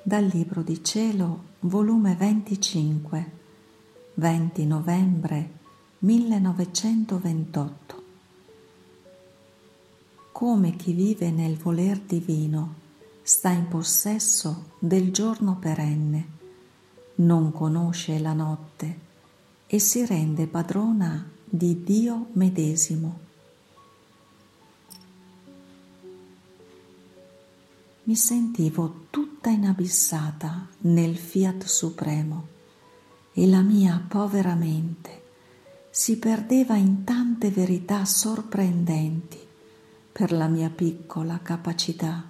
Dal Libro di Cielo, volume 25, 20 novembre 1928. Come chi vive nel voler divino sta in possesso del giorno perenne, non conosce la notte e si rende padrona di Dio medesimo. Mi sentivo tutta inabissata nel Fiat Supremo e la mia povera mente si perdeva in tante verità sorprendenti per la mia piccola capacità.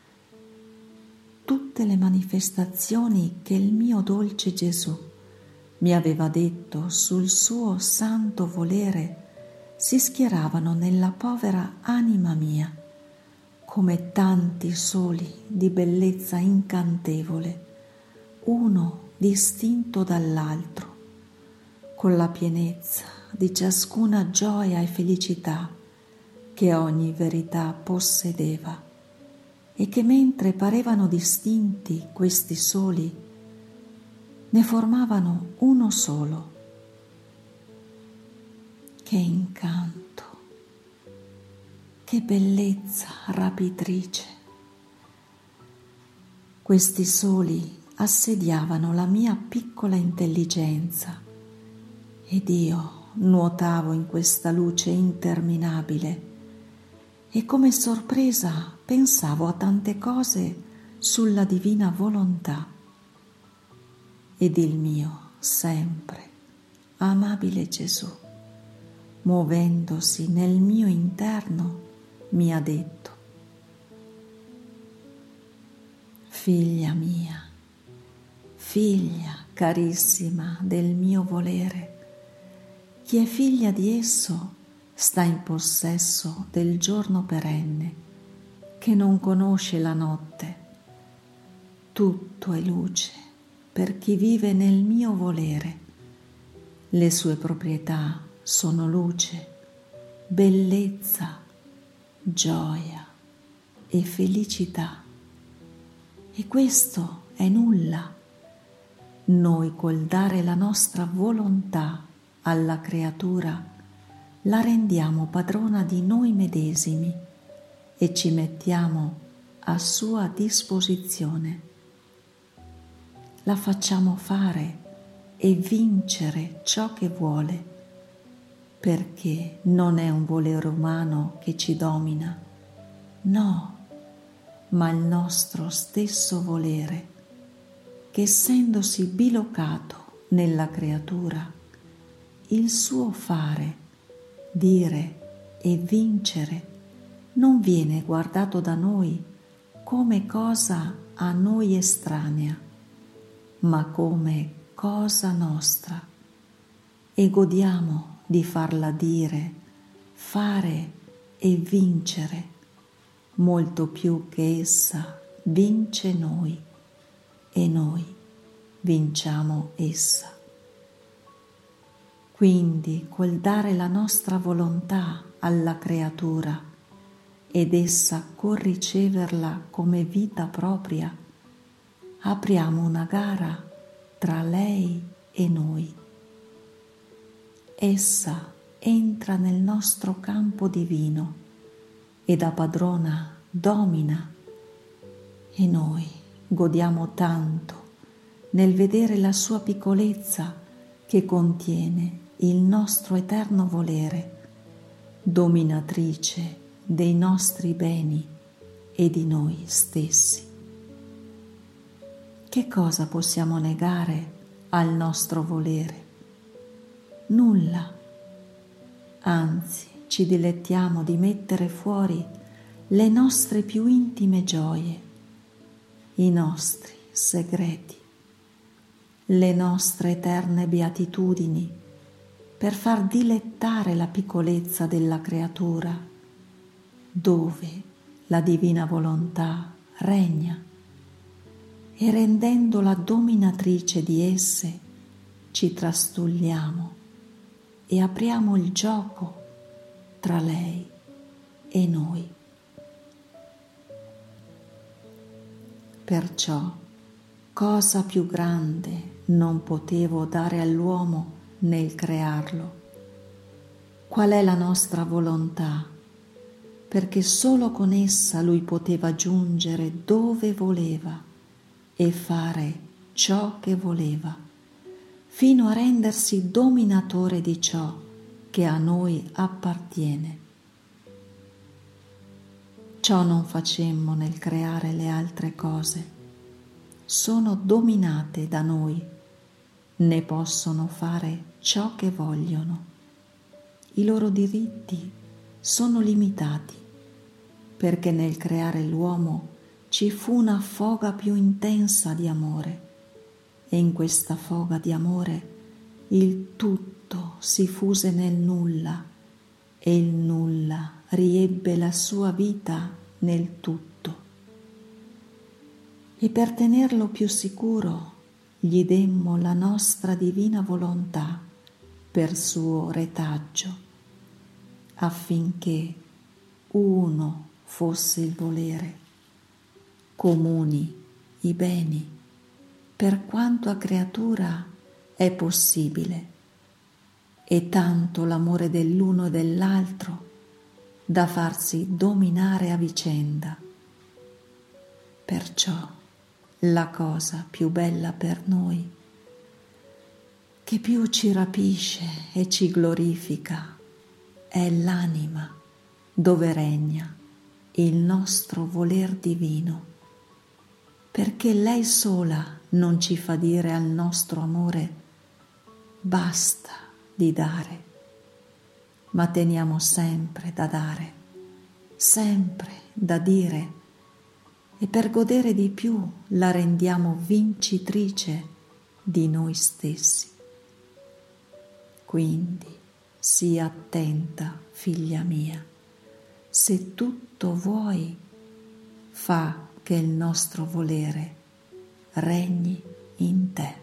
Tutte le manifestazioni che il mio dolce Gesù mi aveva detto sul suo santo volere si schieravano nella povera anima mia come tanti soli di bellezza incantevole, uno distinto dall'altro, con la pienezza di ciascuna gioia e felicità che ogni verità possedeva, e che mentre parevano distinti questi soli, ne formavano uno solo. Che incanto! Che bellezza rapitrice! Questi soli assediavano la mia piccola intelligenza ed io nuotavo in questa luce interminabile e come sorpresa pensavo a tante cose sulla divina volontà ed il mio sempre amabile Gesù, muovendosi nel mio interno, mi ha detto: figlia mia, figlia carissima del mio volere, chi è figlia di esso sta in possesso del giorno perenne, che non conosce la notte. Tutto è luce per chi vive nel mio volere. Le sue proprietà sono luce, bellezza, gioia e felicità. E questo è nulla. Noi col dare la nostra volontà alla creatura la rendiamo padrona di noi medesimi e ci mettiamo a sua disposizione. La facciamo fare e vincere ciò che vuole, perché non è un volere umano che ci domina, no, ma il nostro stesso volere, che essendosi bilocato nella creatura, il suo fare, dire e vincere non viene guardato da noi come cosa a noi estranea, ma come cosa nostra, e godiamo di farla dire, fare e vincere molto più che essa vince noi e noi vinciamo essa. Quindi col dare la nostra volontà alla creatura ed essa col riceverla come vita propria, apriamo una gara tra lei e noi. Essa entra nel nostro campo divino e da padrona domina, e noi godiamo tanto nel vedere la sua piccolezza che contiene il nostro eterno volere, dominatrice dei nostri beni e di noi stessi. Che cosa possiamo negare al nostro volere? Nulla. Anzi, ci dilettiamo di mettere fuori le nostre più intime gioie, i nostri segreti, le nostre eterne beatitudini, per far dilettare la piccolezza della creatura, dove la divina volontà regna, e rendendola dominatrice di esse, ci trastulliamo e apriamo il gioco tra lei e noi. Perciò cosa più grande non potevo dare all'uomo nel crearlo? Qual è la nostra volontà? Perché solo con essa lui poteva giungere dove voleva e fare ciò che voleva, fino a rendersi dominatore di ciò che a noi appartiene. Ciò non facemmo nel creare le altre cose. Sono dominate da noi, ne possono fare ciò che vogliono. I loro diritti sono limitati, perché nel creare l'uomo ci fu una foga più intensa di amore, e in questa foga di amore il tutto si fuse nel nulla e il nulla riebbe la sua vita nel tutto. E per tenerlo più sicuro gli demmo la nostra divina volontà per suo retaggio, affinché uno fosse il volere, comuni i beni, per quanto a creatura è possibile, e tanto l'amore dell'uno e dell'altro da farsi dominare a vicenda. Perciò la cosa più bella per noi, che più ci rapisce e ci glorifica, è l'anima dove regna il nostro voler divino, perché lei sola non ci fa dire al nostro amore basta di dare, ma teniamo sempre da dare, sempre da dire, e per godere di più la rendiamo vincitrice di noi stessi. Quindi sii attenta, figlia mia, se tutto vuoi, fa che il nostro volere regni in te.